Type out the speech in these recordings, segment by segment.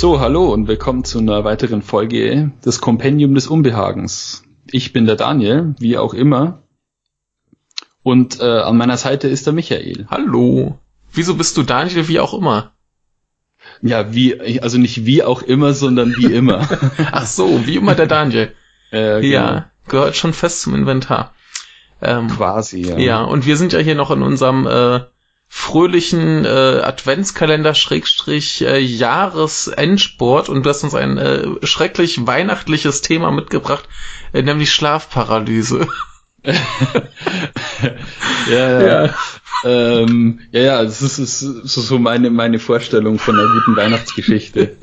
So, hallo und willkommen zu einer weiteren Folge des Kompendium des Unbehagens. Ich bin der Daniel, wie auch immer. Und an meiner Seite ist der Michael. Hallo. Wieso bist du Daniel, wie auch immer? Ja, also nicht wie auch immer, sondern wie immer. Ach so, wie immer der Daniel. Genau. Ja, gehört schon fest zum Inventar. Quasi, ja. Ja, und wir sind ja hier noch in unserem fröhlichen Adventskalender Jahresendsport und du hast uns ein schrecklich weihnachtliches Thema mitgebracht, nämlich Schlafparalyse. Ja. Das ist so meine Vorstellung von einer guten Weihnachtsgeschichte.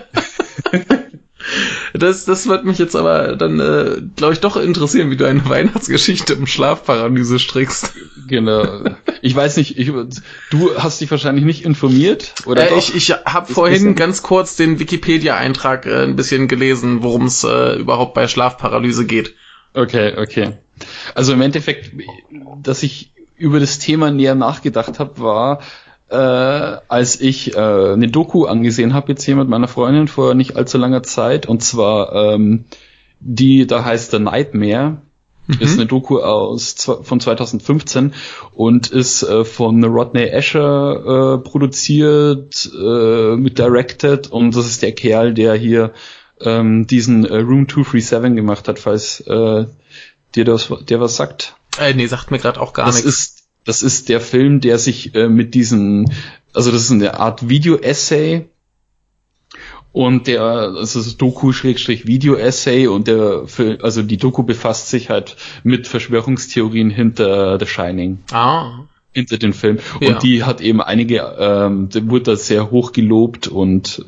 Das wird mich jetzt aber dann, glaube ich, doch interessieren, wie du eine Weihnachtsgeschichte um Schlafparalyse strickst. Genau. Ich weiß nicht, du hast dich wahrscheinlich nicht informiert, oder doch? Ich habe vorhin ganz kurz den Wikipedia-Eintrag ein bisschen gelesen, worum es überhaupt bei Schlafparalyse geht. Okay. Also im Endeffekt, dass ich über das Thema näher nachgedacht habe, war, als ich eine Doku angesehen habe jetzt hier mit meiner Freundin vor nicht allzu langer Zeit, und zwar da heißt The Nightmare, ist eine Doku von 2015 und ist von Rodney Asher produziert, mit directed, und das ist der Kerl, der hier diesen Room 237 gemacht hat, falls der was sagt. Nee, sagt mir gerade auch gar nichts. Das ist der Film, der sich mit also das ist eine Art Video-Essay, und das ist Doku-Video-Essay, und also die Doku befasst sich halt mit Verschwörungstheorien hinter The Shining. Hinter den Film. Ja. Und die hat eben die wurde da sehr hoch gelobt und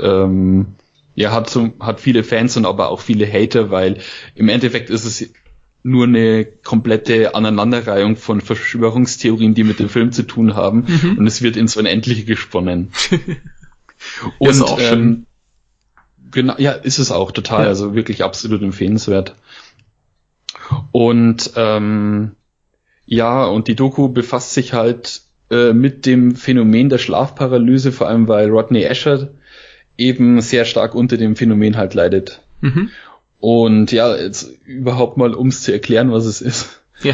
hat viele Fans und aber auch viele Hater, weil im Endeffekt ist es nur eine komplette Aneinanderreihung von Verschwörungstheorien, die mit dem Film zu tun haben, und es wird ins Unendliche gesponnen. Und ist auch schön. Genau, ja, ist es auch total, also wirklich absolut empfehlenswert. Und und die Doku befasst sich halt mit dem Phänomen der Schlafparalyse, vor allem weil Rodney Asher eben sehr stark unter dem Phänomen halt leidet. Und ja, jetzt überhaupt mal, um es zu erklären, was es ist. Ja.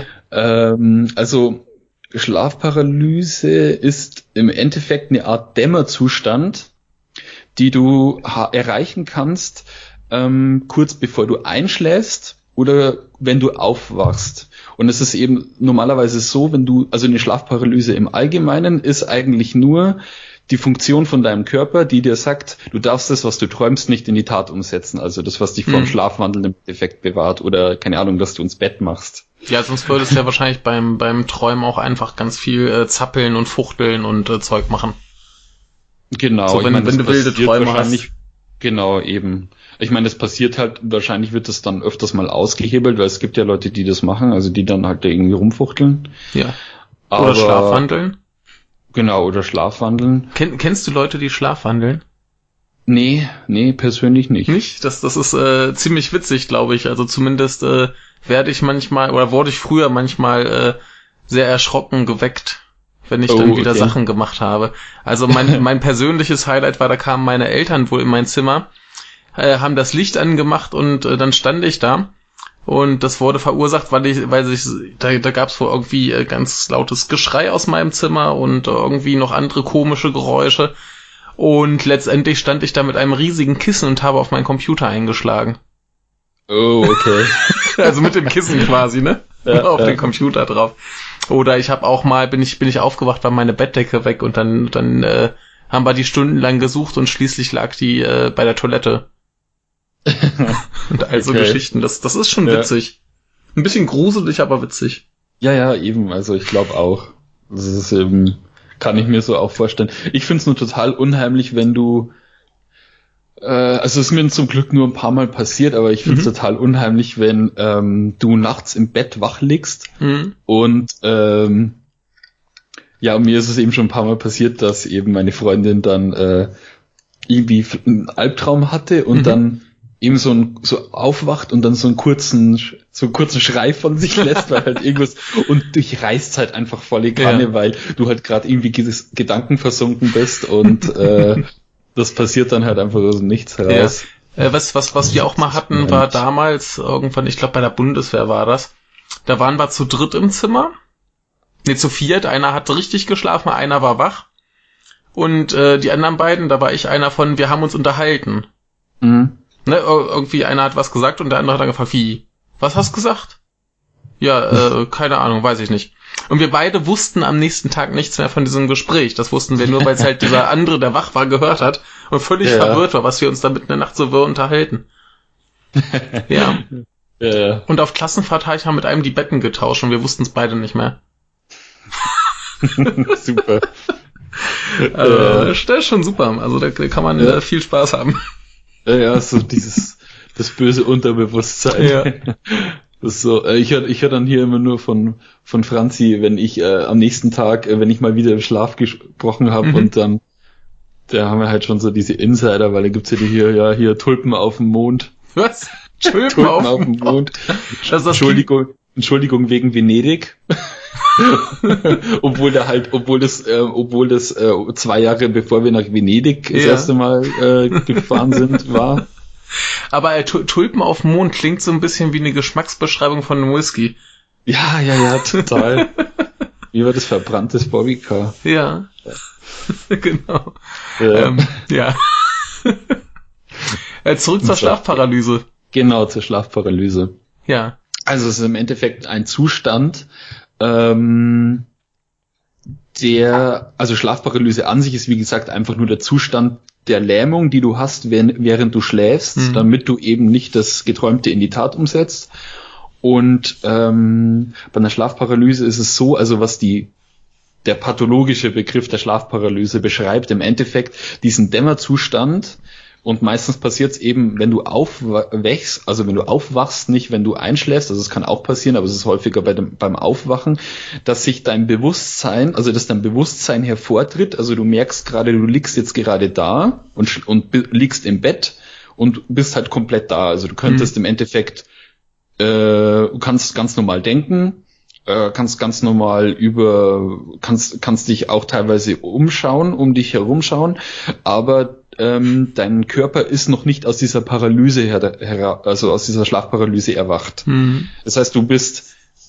Also Schlafparalyse ist im Endeffekt eine Art Dämmerzustand, die du erreichen kannst, kurz bevor du einschläfst oder wenn du aufwachst. Und es ist eben normalerweise so, also eine Schlafparalyse im Allgemeinen ist eigentlich nur die Funktion von deinem Körper, die dir sagt, du darfst das, was du träumst, nicht in die Tat umsetzen. Also das, was dich vom Schlafwandeln im Endeffekt bewahrt, oder keine Ahnung, dass du ins Bett machst. Ja, sonst würdest du ja wahrscheinlich beim Träumen auch einfach ganz viel zappeln und fuchteln und Zeug machen. Genau. So, wenn du wilde Träume hast. Genau, eben. Ich meine, das passiert halt, wahrscheinlich wird das dann öfters mal ausgehebelt, weil es gibt ja Leute, die das machen, also die dann halt irgendwie rumfuchteln. Ja. Oder Schlafwandeln. Genau, oder Schlafwandeln. Kennst du Leute, die schlafwandeln? Nee, persönlich nicht. Nicht? Das ist ziemlich witzig, glaube ich. Also zumindest wurde ich früher manchmal sehr erschrocken geweckt, wenn ich dann wieder Sachen gemacht habe. Also mein persönliches Highlight war, da kamen meine Eltern wohl in mein Zimmer, haben das Licht angemacht, und dann stand ich da. Und das wurde verursacht, da gab es wohl irgendwie ganz lautes Geschrei aus meinem Zimmer und irgendwie noch andere komische Geräusche. Und letztendlich stand ich da mit einem riesigen Kissen und habe auf meinen Computer eingeschlagen. Oh, okay. Also mit dem Kissen quasi, ne? Ja, auf den Computer drauf. Oder ich habe auch mal, bin ich aufgewacht, war meine Bettdecke weg, und dann haben wir die stundenlang gesucht, und schließlich lag die bei der Toilette. Und also Geschichten, das ist schon witzig. Ein bisschen gruselig, aber witzig. Ja, eben, also ich glaube auch. Das ist eben, kann ich mir so auch vorstellen. Ich find's nur total unheimlich, wenn du, also es ist mir zum Glück nur ein paar Mal passiert, aber ich find's total unheimlich, wenn du nachts im Bett wach liegst und mir ist es eben schon ein paar Mal passiert, dass eben meine Freundin dann irgendwie einen Albtraum hatte und dann eben so aufwacht und dann so einen kurzen Schrei von sich lässt, weil halt irgendwas, und durchreißt halt einfach volle Kanne, weil du halt gerade irgendwie gedankenversunken bist und das passiert dann halt einfach aus dem Nichts heraus. Ja. Was wir auch mal hatten, war damals irgendwann, ich glaube bei der Bundeswehr war das, da waren wir zu dritt im Zimmer, zu viert, einer hat richtig geschlafen, einer war wach und die anderen beiden, da war ich einer von, wir haben uns unterhalten. Mhm. Ne, irgendwie einer hat was gesagt und der andere hat dann gefragt, wie, was hast du gesagt? Ja, keine Ahnung, weiß ich nicht. Und wir beide wussten am nächsten Tag nichts mehr von diesem Gespräch. Das wussten wir nur, weil es halt dieser andere, der wach war, gehört hat und völlig verwirrt war, was wir uns da mitten in der Nacht so wirr unterhalten. Ja. Und auf Klassenfahrt habe ich mit einem die Betten getauscht und wir wussten es beide nicht mehr. Super. Das ist schon super. Also da kann man viel Spaß haben. Ja, so das böse Unterbewusstsein. Ja. Das ist so, ich hör dann hier immer nur von Franzi, wenn ich am nächsten Tag, wenn ich mal wieder im Schlaf gesprochen habe und dann, da haben wir halt schon so diese Insider, weil da gibt's ja hier Tulpen auf dem Mond. Was? Tulpen auf dem Mond? Entschuldigung wegen Venedig. obwohl das 2 Jahre bevor wir nach Venedig das erste Mal gefahren sind, war. Aber Tulpen auf dem Mond klingt so ein bisschen wie eine Geschmacksbeschreibung von einem Whisky. Ja, total. Wie war das verbranntes Bobbycar? Ja. Genau. Ja. Zurück zur Schlafparalyse. Genau, zur Schlafparalyse. Ja. Also es ist im Endeffekt ein Zustand, Schlafparalyse an sich ist wie gesagt einfach nur der Zustand der Lähmung, die du hast, während du schläfst, damit du eben nicht das Geträumte in die Tat umsetzt. Und bei einer Schlafparalyse ist es so, also was der pathologische Begriff der Schlafparalyse beschreibt, im Endeffekt diesen Dämmerzustand. Und meistens passiert es eben, wenn du aufwächst, also wenn du aufwachst, nicht wenn du einschläfst, also es kann auch passieren, aber es ist häufiger beim Aufwachen, dass dein Bewusstsein hervortritt, also du merkst gerade, du liegst jetzt gerade da und liegst im Bett und bist halt komplett da, also du könntest im Endeffekt, kannst ganz normal denken, kannst ganz normal kannst dich auch teilweise um dich herumschauen, aber dein Körper ist noch nicht aus dieser Paralyse also aus dieser Schlafparalyse erwacht. Das heißt, du bist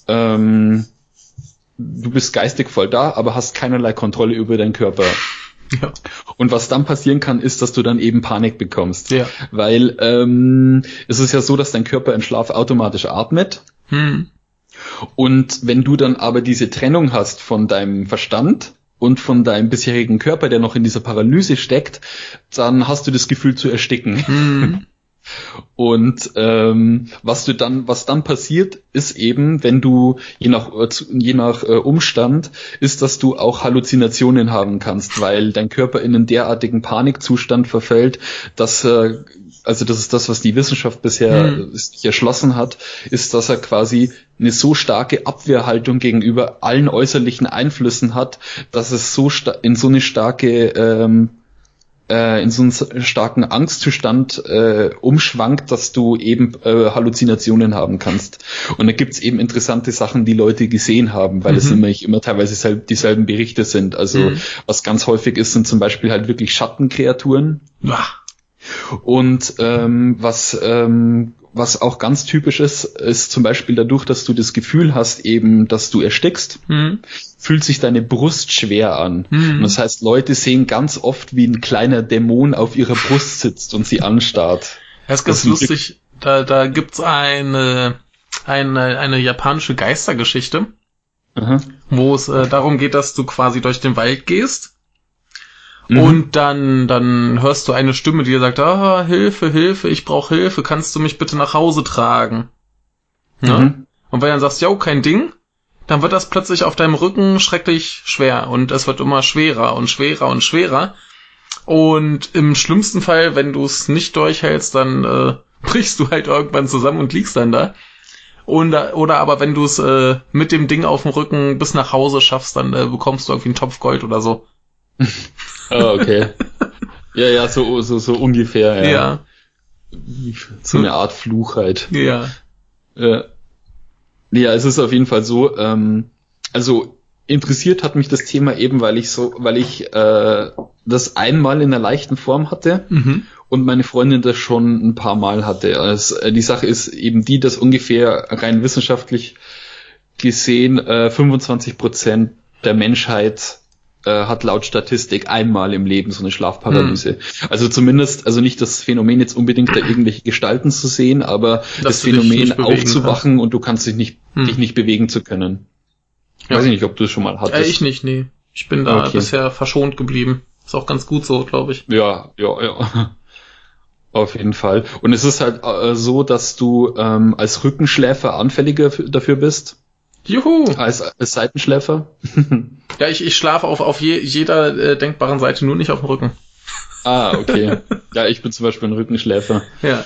geistig voll da, aber hast keinerlei Kontrolle über deinen Körper. Ja. Und was dann passieren kann, ist, dass du dann eben Panik bekommst. Ja. Weil es ist ja so, dass dein Körper im Schlaf automatisch atmet. Und wenn du dann aber diese Trennung hast von deinem Verstand und von deinem bisherigen Körper, der noch in dieser Paralyse steckt, dann hast du das Gefühl zu ersticken. Und was dann passiert, ist eben, wenn du je nach Umstand, ist, dass du auch Halluzinationen haben kannst, weil dein Körper in einen derartigen Panikzustand verfällt, dass also das ist das, was die Wissenschaft bisher sich erschlossen hat, ist, dass er quasi eine so starke Abwehrhaltung gegenüber allen äußerlichen Einflüssen hat, dass es in so einen starken Angstzustand umschwankt, dass du eben Halluzinationen haben kannst. Und da gibt's eben interessante Sachen, die Leute gesehen haben, weil es immer teilweise dieselben Berichte sind. Also was ganz häufig ist, sind zum Beispiel halt wirklich Schattenkreaturen. Und was auch ganz typisch ist zum Beispiel dadurch, dass du das Gefühl hast eben, dass du erstickst, fühlt sich deine Brust schwer an. Und das heißt, Leute sehen ganz oft, wie ein kleiner Dämon auf ihrer Brust sitzt und sie anstarrt. Das ist ganz lustig. Da gibt's eine japanische Geistergeschichte, wo es darum geht, dass du quasi durch den Wald gehst. Und dann hörst du eine Stimme, die dir sagt, Hilfe, ich brauche Hilfe, kannst du mich bitte nach Hause tragen? Ne? Und wenn du dann sagst, ja, kein Ding, dann wird das plötzlich auf deinem Rücken schrecklich schwer und es wird immer schwerer und schwerer und schwerer. Und im schlimmsten Fall, wenn du es nicht durchhältst, dann brichst du halt irgendwann zusammen und liegst dann da. Oder aber wenn du es mit dem Ding auf dem Rücken bis nach Hause schaffst, dann bekommst du irgendwie einen Topf Gold oder so. Okay. Ja, so ungefähr, ja. So eine Art Fluch halt. Ja. Ja, es ist auf jeden Fall so, also interessiert hat mich das Thema eben, weil ich das einmal in einer leichten Form hatte und meine Freundin das schon ein paar Mal hatte. Also, die Sache ist eben die, dass ungefähr rein wissenschaftlich gesehen 25% der Menschheit hat laut Statistik einmal im Leben so eine Schlafparalyse. Also zumindest, also nicht das Phänomen jetzt unbedingt da irgendwelche Gestalten zu sehen, aber das Phänomen aufzuwachen und du kannst dich nicht bewegen zu können. Ja. Weiß ich nicht, ob du es schon mal hattest. Ich nicht, nee. Ich bin da bisher verschont geblieben. Ist auch ganz gut so, glaube ich. Ja. Auf jeden Fall. Und es ist halt so, dass du als Rückenschläfer anfälliger dafür bist. Juhu! Als Seitenschläfer. Ja, ich schlafe auf jeder denkbaren Seite, nur nicht auf dem Rücken. Ah, okay. Ja, ich bin zum Beispiel ein Rückenschläfer.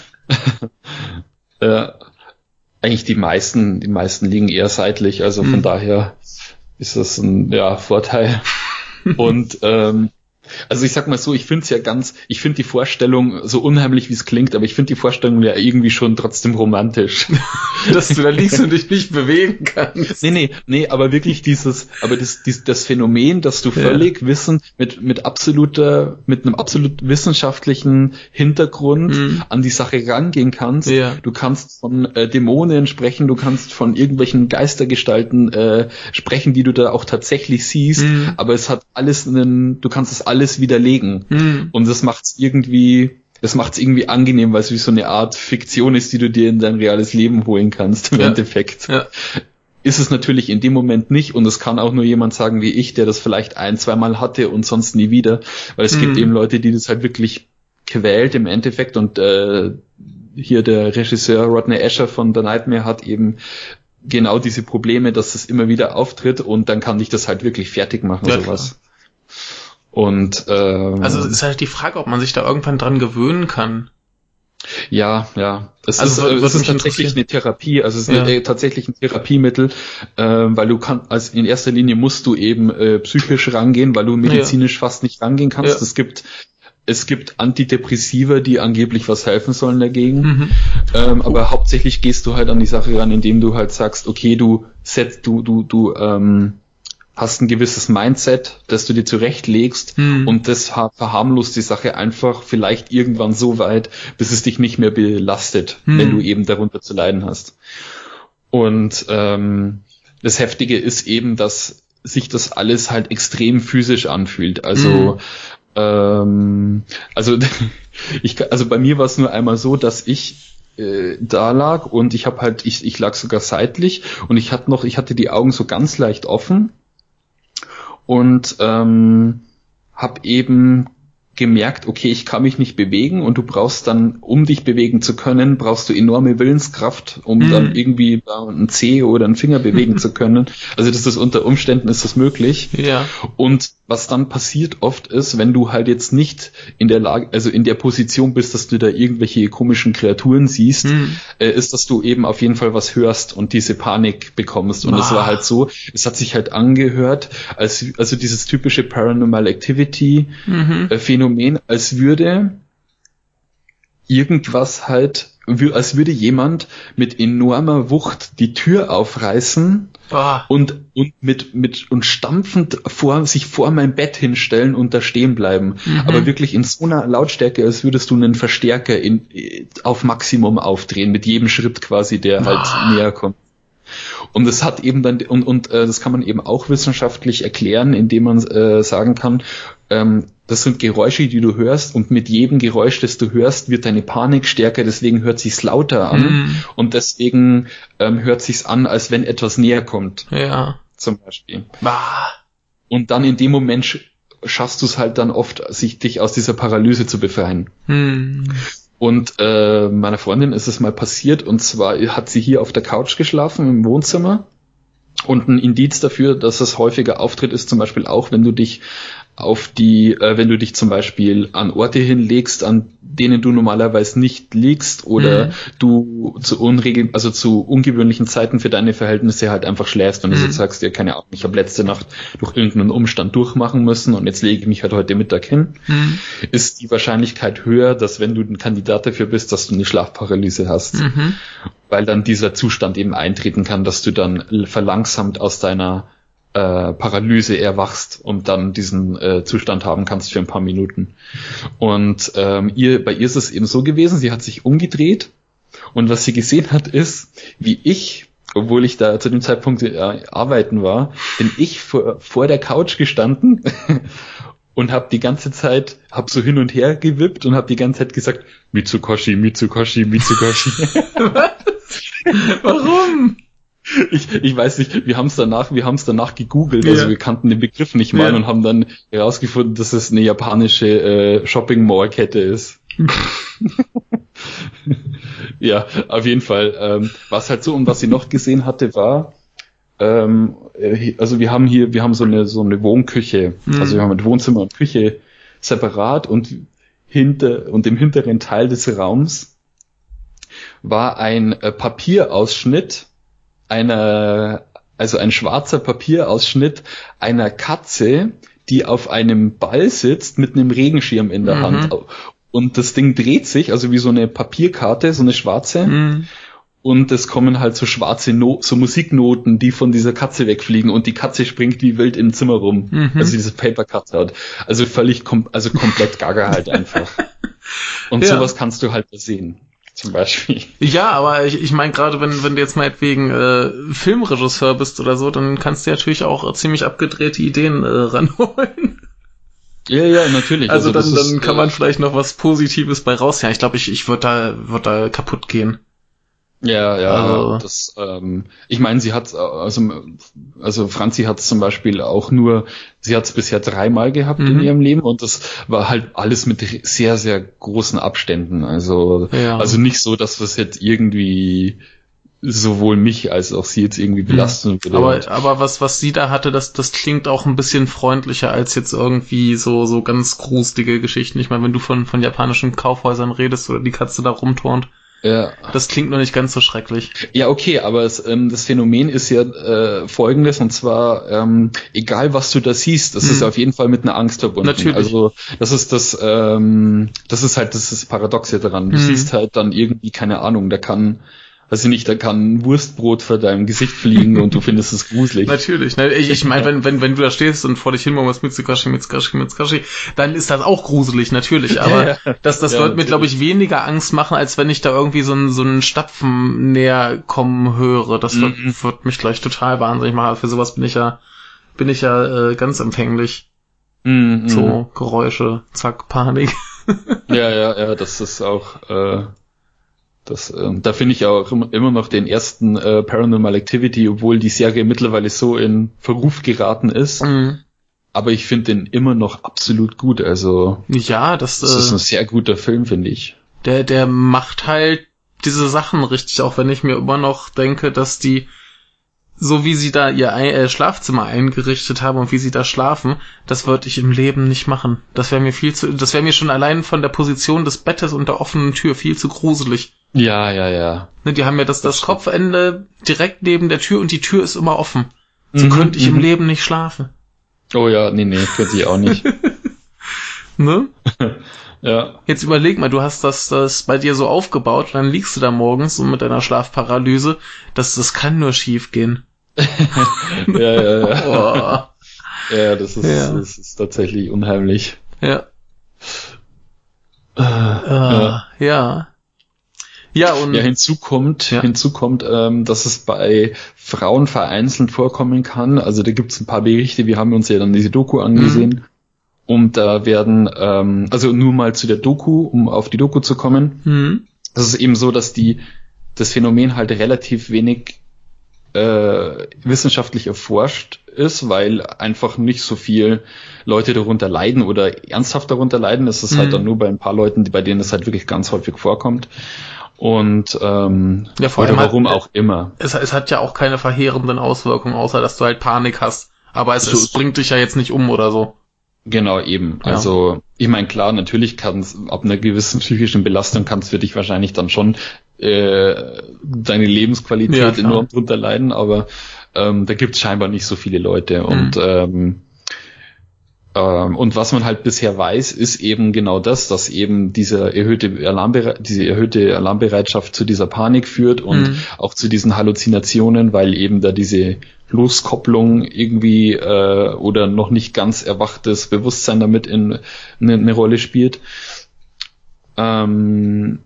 Ja. Eigentlich die meisten liegen eher seitlich, also von daher ist das ein Vorteil. Und also ich sag mal so, ich finde die Vorstellung, so unheimlich wie es klingt, aber ich finde die Vorstellung ja irgendwie schon trotzdem romantisch. Dass du da liegst und dich nicht bewegen kannst. Nee, aber wirklich das Phänomen, dass du völlig mit einem absolut wissenschaftlichen Hintergrund an die Sache rangehen kannst. Ja. Du kannst von Dämonen sprechen, du kannst von irgendwelchen Geistergestalten sprechen, die du da auch tatsächlich siehst, aber es hat du kannst es alles widerlegen. Und das macht's irgendwie angenehm, weil es wie so eine Art Fiktion ist, die du dir in dein reales Leben holen kannst, im Endeffekt. Ja. Ist es natürlich in dem Moment nicht, und es kann auch nur jemand sagen wie ich, der das vielleicht 1-2 Mal hatte und sonst nie wieder, weil es gibt eben Leute, die das halt wirklich quält im Endeffekt, und hier der Regisseur Rodney Asher von The Nightmare hat eben genau diese Probleme, dass es immer wieder auftritt, und dann kann dich das halt wirklich fertig machen, sowas. Klar. Und also es ist halt die Frage, ob man sich da irgendwann dran gewöhnen kann. Ja. Es ist tatsächlich eine Therapie, also es ist tatsächlich ein Therapiemittel, weil du in erster Linie musst du eben psychisch rangehen, weil du medizinisch fast nicht rangehen kannst. Ja. Es gibt Antidepressiva, die angeblich was helfen sollen dagegen, aber hauptsächlich gehst du halt an die Sache ran, indem du halt sagst, okay, du hast ein gewisses Mindset, das du dir zurechtlegst, und das verharmlost die Sache einfach vielleicht irgendwann so weit, bis es dich nicht mehr belastet, wenn du eben darunter zu leiden hast. Und das Heftige ist eben, dass sich das alles halt extrem physisch anfühlt. Also bei mir war es nur einmal so, dass ich da lag, und ich lag sogar seitlich, und ich hatte die Augen so ganz leicht offen. Und habe eben gemerkt, okay, ich kann mich nicht bewegen, und du brauchst dann, um dich bewegen zu können, brauchst du enorme Willenskraft, um dann irgendwie einen Zeh oder einen Finger bewegen zu können. Also das ist unter Umständen ist das möglich. Ja. Und was dann passiert oft ist, wenn du halt jetzt nicht in der Lage, also in der Position bist, dass du da irgendwelche komischen Kreaturen siehst, ist, dass du eben auf jeden Fall was hörst und diese Panik bekommst. Und es war halt so, es hat sich halt angehört, also dieses typische Paranormal Activity Phänomen, als würde jemand mit enormer Wucht die Tür aufreißen und stampfend sich vor mein Bett hinstellen und da stehen bleiben. Aber wirklich in so einer Lautstärke, als würdest du einen Verstärker auf Maximum aufdrehen, mit jedem Schritt quasi, der halt näher kommt. Und das hat eben dann, das kann man eben auch wissenschaftlich erklären, indem man sagen kann, das sind Geräusche, die du hörst, und mit jedem Geräusch, das du hörst, wird deine Panik stärker, deswegen hört sich's lauter an, und deswegen hört sich's an, als wenn etwas näher kommt. Ja. Zum Beispiel. Und dann in dem Moment schaffst du es halt dann oft, dich aus dieser Paralyse zu befreien. Und meiner Freundin ist es mal passiert, und zwar hat sie hier auf der Couch geschlafen im Wohnzimmer, und ein Indiz dafür, dass es häufiger auftritt, ist zum Beispiel auch, wenn du dich wenn du dich zum Beispiel an Orte hinlegst, an denen du normalerweise nicht liegst, oder du zu ungewöhnlichen Zeiten für deine Verhältnisse halt einfach schläfst, und du jetzt sagst, ja, keine Ahnung, ich habe letzte Nacht durch irgendeinen Umstand durchmachen müssen und jetzt lege ich mich halt heute Mittag hin, ist die Wahrscheinlichkeit höher, dass, wenn du ein Kandidat dafür bist, dass du eine Schlafparalyse hast. Weil dann dieser Zustand eben eintreten kann, dass du dann verlangsamt aus deiner Paralyse erwachst und dann diesen Zustand haben kannst für ein paar Minuten. Und bei ihr ist es eben so gewesen, sie hat sich umgedreht und was sie gesehen hat ist, wie ich, obwohl ich da zu dem Zeitpunkt arbeiten war, bin ich vor der Couch gestanden und habe die ganze Zeit, so hin und her gewippt und habe die ganze Zeit gesagt, Mitsukoshi, Mitsukoshi, Mitsukoshi. Was? Warum? Ich weiß nicht, wir haben es danach gegoogelt, also wir kannten den Begriff nicht mal und haben dann herausgefunden, dass es eine japanische Shopping-Mall-Kette ist. Ja, auf jeden Fall. War es halt so, und was sie noch gesehen hatte, war, also wir haben so eine Wohnküche, also wir haben ein Wohnzimmer und Küche separat und im hinteren Teil des Raums war ein Papierausschnitt ein schwarzer Papierausschnitt einer Katze, die auf einem Ball sitzt mit einem Regenschirm in der Hand. Und das Ding dreht sich, also wie so eine Papierkarte, so eine schwarze. Und es kommen halt so schwarze so Musiknoten, die von dieser Katze wegfliegen und die Katze springt wie wild im Zimmer rum. Also diese Paper Cutout. Also komplett gaga halt einfach. Und sowas kannst du halt sehen. Zum Beispiel. Ja, aber ich meine, gerade wenn du jetzt meinetwegen Filmregisseur bist oder so, dann kannst du natürlich auch ziemlich abgedrehte Ideen ranholen. Ja, natürlich. Also dann kann man vielleicht noch was Positives bei raus. Ja, ich glaube, ich würde da kaputt gehen. Ja, das, ich meine, sie hat, also Franzi hat es zum Beispiel auch sie hat es bisher 3-mal gehabt in ihrem Leben und das war halt alles mit sehr, sehr großen Abständen. Also nicht so, dass das jetzt irgendwie sowohl mich als auch sie jetzt irgendwie belasten würde. Aber was sie da hatte, das klingt auch ein bisschen freundlicher als jetzt irgendwie so ganz gruselige Geschichten. Ich meine, wenn du von japanischen Kaufhäusern redest oder die Katze da rumturnt. Ja. Das klingt noch nicht ganz so schrecklich. Ja, okay, aber das Phänomen ist ja folgendes, und zwar egal was du da siehst, das ist auf jeden Fall mit einer Angst verbunden. Natürlich. Also das ist das Paradoxe daran. Du siehst halt dann irgendwie, keine Ahnung, da kann Wurstbrot vor deinem Gesicht fliegen und du findest es gruselig. Natürlich. Ne? Ich meine, wenn du da stehst und vor dich hin machst Mitsukoshi, dann ist das auch gruselig, natürlich. Aber das wird mir, glaube ich, weniger Angst machen, als wenn ich da irgendwie so einen Stapfen näher kommen höre. Das wird mich gleich total wahnsinnig machen. Für sowas bin ich ja ganz empfänglich. So Geräusche, zack, Panik. Ja, das ist auch da finde ich auch immer noch den ersten Paranormal Activity, obwohl die Serie mittlerweile so in Verruf geraten ist. Aber ich finde den immer noch absolut gut. Also ja, das ist ein sehr guter Film, finde ich. Der macht halt diese Sachen richtig, auch wenn ich mir immer noch denke, dass die, so wie sie da ihr Schlafzimmer eingerichtet haben und wie sie da schlafen, das würde ich im Leben nicht machen. Das wäre mir schon allein von der Position des Bettes und der offenen Tür viel zu gruselig. Ja. Ne, die haben ja das Kopfende direkt neben der Tür und die Tür ist immer offen. So könnte ich im Leben nicht schlafen. Oh ja, nee, könnte ich auch nicht. Ne? Ja. Jetzt überleg mal, du hast das bei dir so aufgebaut und dann liegst du da morgens und mit deiner Schlafparalyse, das kann nur schief gehen. Ja. Boah. Ja, das ist tatsächlich unheimlich. Ja. Ja, und hinzu kommt, dass es bei Frauen vereinzelt vorkommen kann. Also da gibt's ein paar Berichte, wir haben uns ja dann diese Doku angesehen. Und da werden, also nur mal zu der Doku, um auf die Doku zu kommen. Das ist eben so, dass das Phänomen halt relativ wenig wissenschaftlich erforscht ist, weil einfach nicht so viel Leute darunter leiden oder ernsthaft darunter leiden. Es ist halt dann nur bei ein paar Leuten, bei denen es halt wirklich ganz häufig vorkommt. Und vor allem warum auch immer. Es hat ja auch keine verheerenden Auswirkungen, außer dass du halt Panik hast. Aber es bringt dich ja jetzt nicht um oder so. Genau, eben. Ja. Also, ich meine, klar, natürlich ab einer gewissen psychischen Belastung kannst du für dich wahrscheinlich dann schon deine Lebensqualität enorm drunter leiden, aber da gibt's scheinbar nicht so viele Leute. Und Und was man halt bisher weiß, ist eben genau das, dass eben diese erhöhte Alarmbereitschaft zu dieser Panik führt und auch zu diesen Halluzinationen, weil eben da diese Loskopplung irgendwie oder noch nicht ganz erwachtes Bewusstsein damit eine Rolle spielt. Und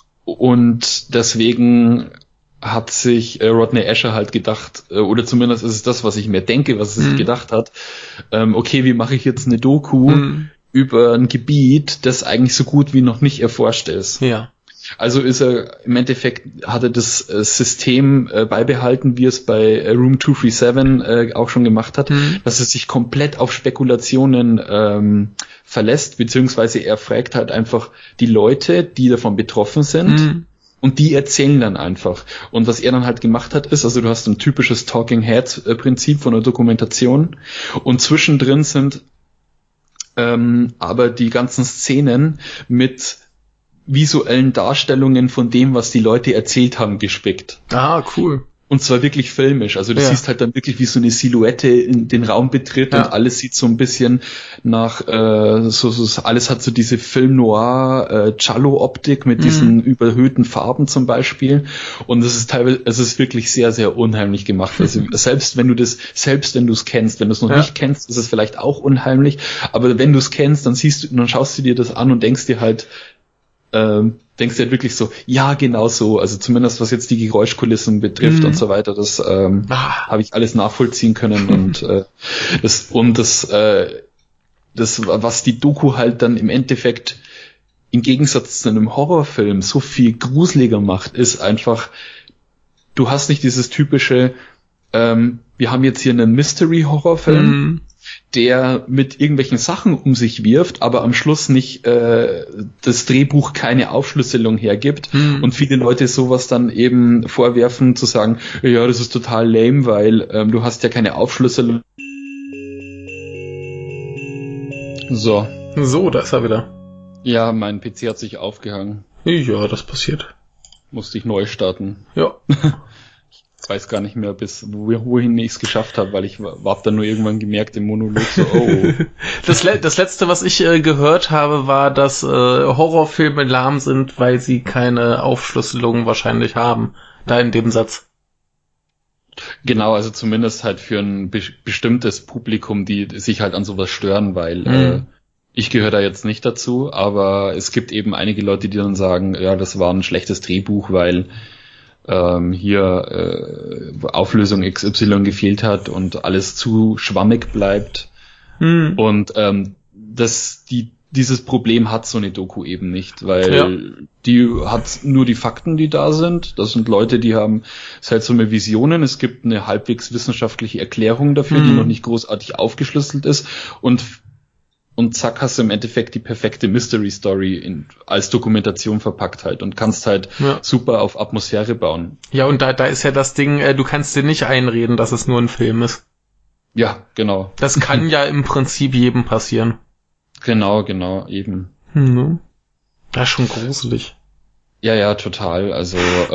deswegen hat sich Rodney Asher halt gedacht, oder zumindest ist es das, was ich mir denke, was er sich gedacht hat, okay, wie mache ich jetzt eine Doku über ein Gebiet, das eigentlich so gut wie noch nicht erforscht ist. Ja. Also hat er das System beibehalten, wie es bei Room 237 auch schon gemacht hat, dass er sich komplett auf Spekulationen verlässt, beziehungsweise er fragt halt einfach die Leute, die davon betroffen sind, und die erzählen dann einfach. Und was er dann halt gemacht hat, ist, also du hast ein typisches Talking Heads Prinzip von der Dokumentation und zwischendrin sind aber die ganzen Szenen mit visuellen Darstellungen von dem, was die Leute erzählt haben, gespickt. Ah, cool. Und zwar wirklich filmisch. Also du siehst halt dann wirklich, wie so eine Silhouette in den Raum betritt und alles sieht so ein bisschen nach, alles hat so diese Film Noir, Giallo-Optik mit diesen überhöhten Farben zum Beispiel. Und es ist teilweise, es ist wirklich sehr, sehr unheimlich gemacht. Also selbst wenn du es kennst, wenn du es noch nicht kennst, ist es vielleicht auch unheimlich. Aber wenn du es kennst, dann schaust du dir das an und denkst dir halt wirklich so, ja, genau so, also zumindest was jetzt die Geräuschkulissen betrifft und so weiter, das habe ich alles nachvollziehen können und das, was die Doku halt dann im Endeffekt im Gegensatz zu einem Horrorfilm so viel gruseliger macht, ist einfach, du hast nicht dieses typische, wir haben jetzt hier einen Mystery-Horrorfilm, der mit irgendwelchen Sachen um sich wirft, aber am Schluss nicht das Drehbuch keine Aufschlüsselung hergibt und viele Leute sowas dann eben vorwerfen, zu sagen, ja, das ist total lame, weil du hast ja keine Aufschlüsselung. So, da ist er wieder. Ja, mein PC hat sich aufgehangen. Ja, das passiert. Musste ich neu starten. Ja. Ich weiß gar nicht mehr, bis wohin ich es geschafft habe, weil ich hab dann nur irgendwann gemerkt im Monolog so, oh. Das letzte, was ich gehört habe, war, dass Horrorfilme lahm sind, weil sie keine Aufschlüsselung wahrscheinlich haben. Da in dem Satz. Genau, also zumindest halt für ein bestimmtes Publikum, die sich halt an sowas stören, weil ich gehöre da jetzt nicht dazu, aber es gibt eben einige Leute, die dann sagen, ja, das war ein schlechtes Drehbuch, weil hier Auflösung XY gefehlt hat und alles zu schwammig bleibt. Und dieses Problem hat so eine Doku eben nicht, weil die hat nur die Fakten, die da sind. Das sind Leute, die haben seltsame Visionen. Es gibt eine halbwegs wissenschaftliche Erklärung dafür, die noch nicht großartig aufgeschlüsselt ist. Und zack, hast du im Endeffekt die perfekte Mystery-Story als Dokumentation verpackt halt und kannst halt super auf Atmosphäre bauen. Ja, und da ist ja das Ding, du kannst dir nicht einreden, dass es nur ein Film ist. Ja, genau. Das kann ja im Prinzip jedem passieren. Genau, eben. Das ist schon gruselig. Ja, total. Also,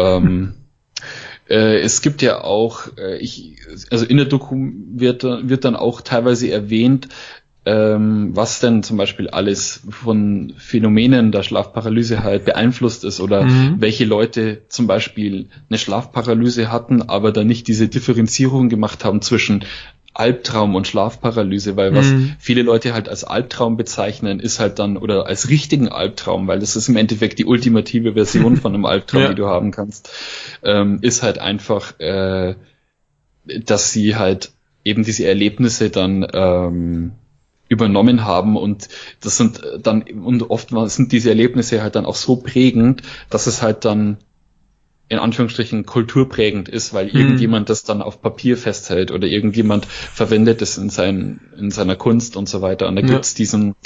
es gibt ja auch, also in der Doku wird dann auch teilweise erwähnt, was denn zum Beispiel alles von Phänomenen der Schlafparalyse halt beeinflusst ist oder welche Leute zum Beispiel eine Schlafparalyse hatten, aber dann nicht diese Differenzierung gemacht haben zwischen Albtraum und Schlafparalyse, weil was viele Leute halt als Albtraum bezeichnen, ist halt dann, oder als richtigen Albtraum, weil das ist im Endeffekt die ultimative Version von einem Albtraum, die du haben kannst, ist halt einfach, dass sie halt eben diese Erlebnisse dann übernommen haben und das sind dann, und oft sind diese Erlebnisse halt dann auch so prägend, dass es halt dann in Anführungsstrichen kulturprägend ist, weil irgendjemand das dann auf Papier festhält oder irgendjemand verwendet es in seiner Kunst und so weiter. Und da gibt's diesen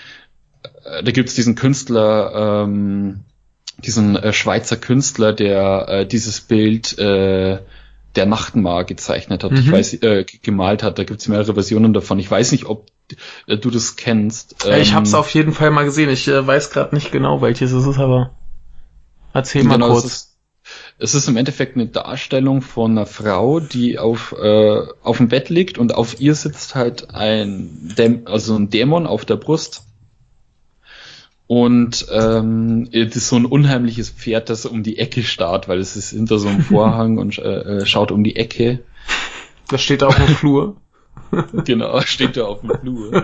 Künstler, diesen Schweizer Künstler, der dieses Bild der Nachtmar gezeichnet hat. Ich weiß, gemalt hat. Da gibt's mehrere Versionen davon. Ich weiß nicht, ob du das kennst. Ich hab's auf jeden Fall mal gesehen. Ich weiß gerade nicht genau, welches es ist, aber erzähl mal kurz. Es ist im Endeffekt eine Darstellung von einer Frau, die auf dem Bett liegt und auf ihr sitzt halt ein Dämon auf der Brust. Und es ist so ein unheimliches Pferd, das um die Ecke starrt, weil es ist hinter so einem Vorhang und schaut um die Ecke. Das steht da auf dem Flur. Genau, steht da auf dem Flur.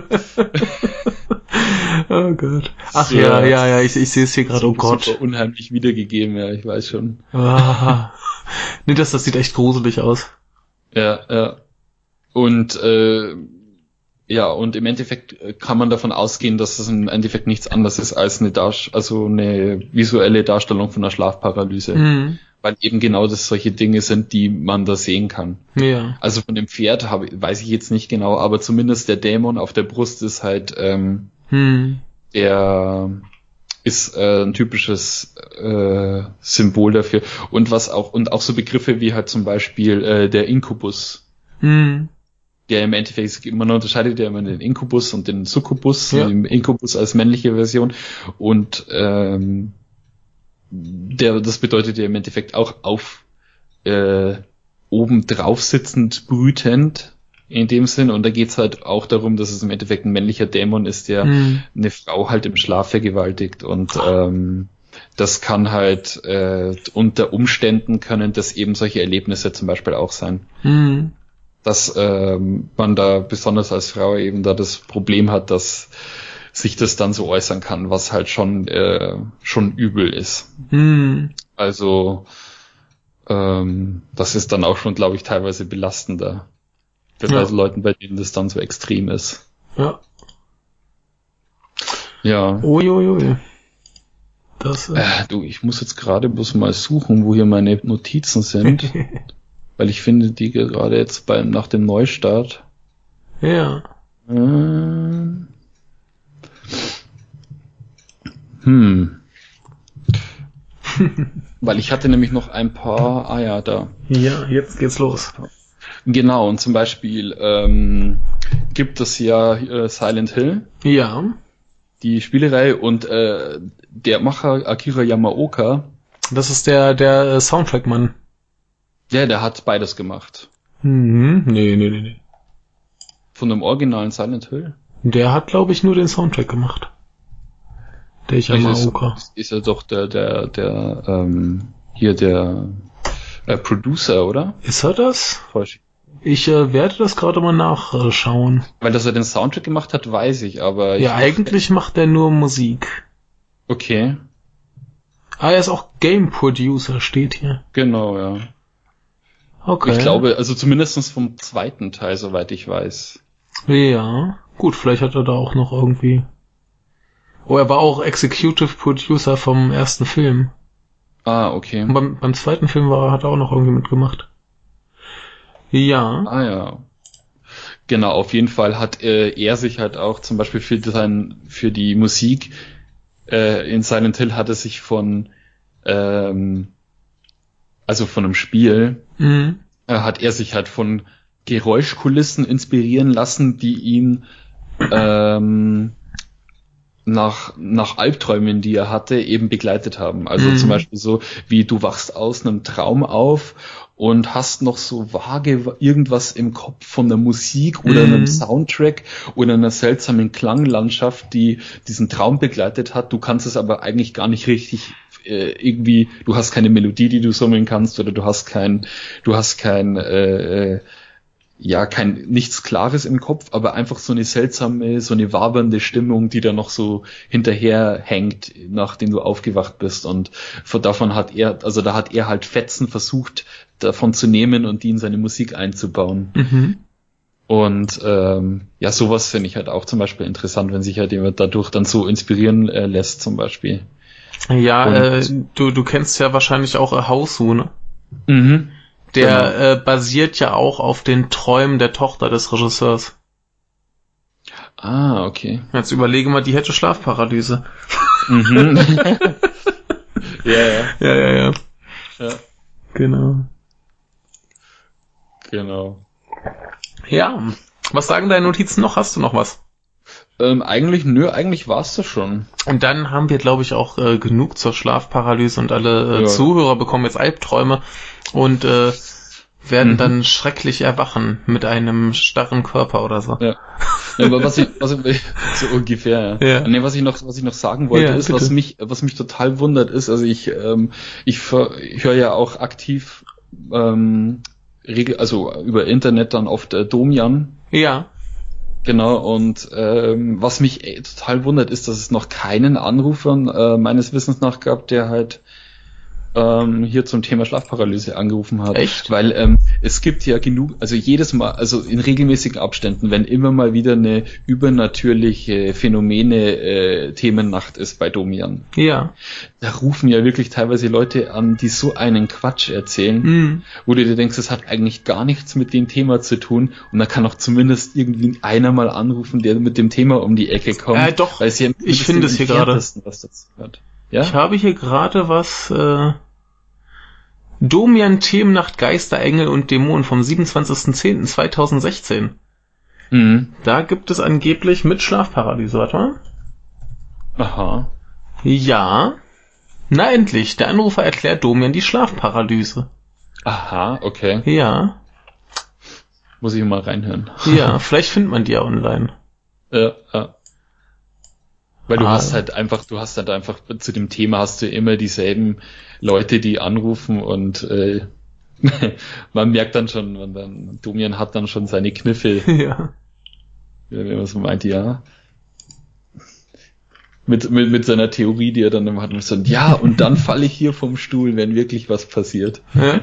Oh Gott. Ach so, ja, ich sehe es hier gerade, oh Gott. Super unheimlich wiedergegeben, ja, ich weiß schon. Ah. Nee, das sieht echt gruselig aus. Ja. Und und im Endeffekt kann man davon ausgehen, dass es im Endeffekt nichts anderes ist als eine visuelle Darstellung von einer Schlafparalyse. Mhm. Weil eben genau das solche Dinge sind, die man da sehen kann. Ja. Also von dem Pferd weiß ich jetzt nicht genau, aber zumindest der Dämon auf der Brust ist halt der ist ein typisches Symbol dafür. Und auch so Begriffe wie halt zum Beispiel der Inkubus. Der im Endeffekt, man unterscheidet ja immer den Inkubus und den Succubus, den Inkubus als männliche Version und das bedeutet ja im Endeffekt auch oben drauf sitzend, brütend in dem Sinn, und da geht's halt auch darum, dass es im Endeffekt ein männlicher Dämon ist, der eine Frau halt im Schlaf vergewaltigt, und das kann halt unter Umständen können das eben solche Erlebnisse zum Beispiel auch sein. Dass man da besonders als Frau eben da das Problem hat, dass sich das dann so äußern kann, was halt schon übel ist. Also das ist dann auch schon, glaube ich, teilweise belastender bei Leuten, bei denen das dann so extrem ist. Ja. Ja. Uiuiui. Ich muss jetzt gerade bloß mal suchen, wo hier meine Notizen sind. Weil ich finde die gerade jetzt nach dem Neustart. Ja. Weil ich hatte nämlich noch ein paar, da. Ja, jetzt geht's los. Genau, und zum Beispiel gibt es ja Silent Hill. Ja. Die Spielereihe, und der Macher Akira Yamaoka. Das ist der Soundtrack-Mann. Ja, der hat beides gemacht. Nee. Von dem originalen Silent Hill? Der hat, glaube ich, nur den Soundtrack gemacht. Der Yamaoka. Ist ja doch der Producer, oder? Ist er das? Falsch. Ich werde das gerade mal nachschauen. Weil dass er den Soundtrack gemacht hat, weiß ich, aber... Ja, eigentlich macht er nur Musik. Okay. Er ist auch Game Producer, steht hier. Genau, ja. Okay. Ich glaube, also zumindest vom zweiten Teil, soweit ich weiß. Ja, gut, vielleicht hat er da auch noch irgendwie... Oh, er war auch Executive Producer vom ersten Film. Ah, okay. Und beim zweiten Film hat er auch noch irgendwie mitgemacht. Ja. Ah, ja. Genau, auf jeden Fall hat er sich halt auch zum Beispiel für die Musik in Silent Hill hat er sich von einem Spiel, hat er sich halt von Geräuschkulissen inspirieren lassen, die ihn nach Albträumen, die er hatte, eben begleitet haben. Also zum Beispiel so, wie du wachst aus einem Traum auf und hast noch so vage irgendwas im Kopf von der Musik oder einem Soundtrack oder einer seltsamen Klanglandschaft, die diesen Traum begleitet hat. Du kannst es aber eigentlich gar nicht richtig irgendwie, du hast keine Melodie, die du summen kannst, oder du hast nichts Klares im Kopf, aber einfach so eine seltsame, so eine wabernde Stimmung, die da noch so hinterher hängt, nachdem du aufgewacht bist, und da hat er halt Fetzen versucht, davon zu nehmen und die in seine Musik einzubauen. Und sowas finde ich halt auch zum Beispiel interessant, wenn sich halt jemand dadurch dann so inspirieren lässt, zum Beispiel. Ja, du kennst ja wahrscheinlich auch Hausu, ne? Der basiert ja auch auf den Träumen der Tochter des Regisseurs. Ah, okay. Jetzt überlege mal, die hätte Schlafparalyse. Ja. Genau. Genau. Ja. Was sagen deine Notizen noch? Hast du noch was? Eigentlich war's das schon. Und dann haben wir, glaube ich, auch genug zur Schlafparalyse und alle Zuhörer bekommen jetzt Albträume und werden dann schrecklich erwachen mit einem starren Körper oder so. Ja, aber was ich so ungefähr. Ja. Nee, was ich noch sagen wollte, ist, was mich total wundert, ist, also ich höre ja auch aktiv also über Internet dann oft Domian. Ja. Genau, und was mich total wundert, ist, dass es noch keinen Anrufer meines Wissens nach gab, der halt hier zum Thema Schlafparalyse angerufen hat. Echt? Weil es gibt ja genug, also jedes Mal, also in regelmäßigen Abständen, wenn immer mal wieder eine übernatürliche Phänomene-Themennacht ist bei Domian. Ja. Da rufen ja wirklich teilweise Leute an, die so einen Quatsch erzählen, wo du dir denkst, das hat eigentlich gar nichts mit dem Thema zu tun und da kann auch zumindest irgendwie einer mal anrufen, der mit dem Thema um die Ecke kommt. Doch, weil es ja ich finde es hier gerade. Was dazu hat. Ja? Ich habe hier gerade was Domian-Themennacht Geister, Engel und Dämonen vom 27.10.2016. Da gibt es angeblich mit Schlafparalyse, warte mal. Aha. Ja. Na endlich, der Anrufer erklärt Domian die Schlafparalyse. Aha, okay. Ja. Muss ich mal reinhören. Ja, vielleicht findet man die ja online. Ja. Weil du hast halt einfach zu dem Thema hast du immer dieselben Leute, die anrufen und man merkt dann schon, Domian hat dann schon seine Kniffe. Ja. Wenn man so meint, ja. Mit seiner Theorie, die er dann immer hat, und so, ja, und dann falle ich hier vom Stuhl, wenn wirklich was passiert.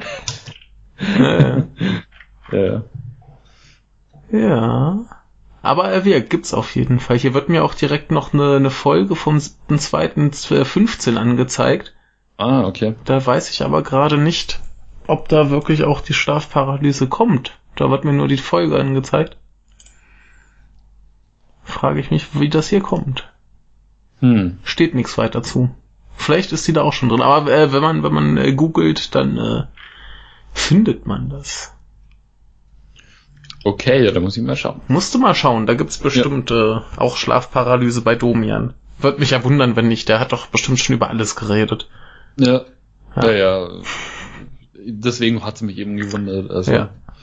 Ja. Aber er wirkt, gibt's auf jeden Fall. Hier wird mir auch direkt noch eine Folge vom 7.2.15 angezeigt. Ah, okay. Da weiß ich aber gerade nicht, ob da wirklich auch die Schlafparalyse kommt. Da wird mir nur die Folge angezeigt. Frage ich mich, wie das hier kommt. Steht nichts weiter zu. Vielleicht ist die da auch schon drin. Aber wenn man googelt, dann findet man das. Okay, ja, da muss ich mal schauen. Musst du mal schauen, da gibt's bestimmt auch Schlafparalyse bei Domian. Würde mich ja wundern, wenn nicht, der hat doch bestimmt schon über alles geredet. Ja. Deswegen hat's mich eben gewundert. Also.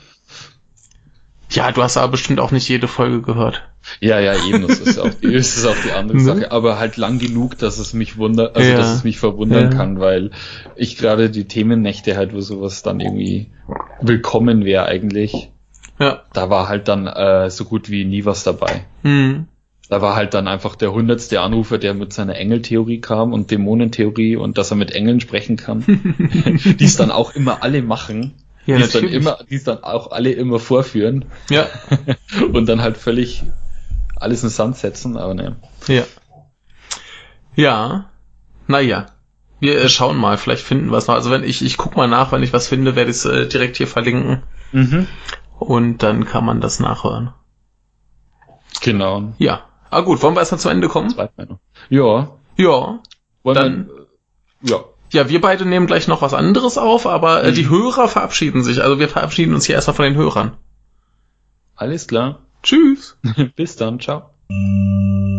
Ja, du hast aber bestimmt auch nicht jede Folge gehört. Ja, eben, das ist auch die andere Sache. Aber halt lang genug, dass es mich wundert, also dass es mich verwundern kann, weil ich gerade die Themennächte halt, wo sowas dann irgendwie willkommen wäre eigentlich. Ja. Da war halt dann so gut wie nie was dabei. Da war halt dann einfach der 100. Anrufer, der mit seiner Engeltheorie kam und Dämonentheorie und dass er mit Engeln sprechen kann. Die es dann auch immer alle machen. Ja, die es dann auch alle immer vorführen. Ja. Und dann halt völlig alles in den Sand setzen, aber ne. Ja. Ja. Naja. Wir schauen mal, vielleicht finden wir es noch. Also wenn ich guck mal nach, wenn ich was finde, werde ich es direkt hier verlinken. Und dann kann man das nachhören. Genau. Ja. Ah gut, wollen wir erstmal zum Ende kommen? Ja. Ja. Ja, wir beide nehmen gleich noch was anderes auf, aber die Hörer verabschieden sich. Also wir verabschieden uns hier erstmal von den Hörern. Alles klar. Tschüss. Bis dann, ciao.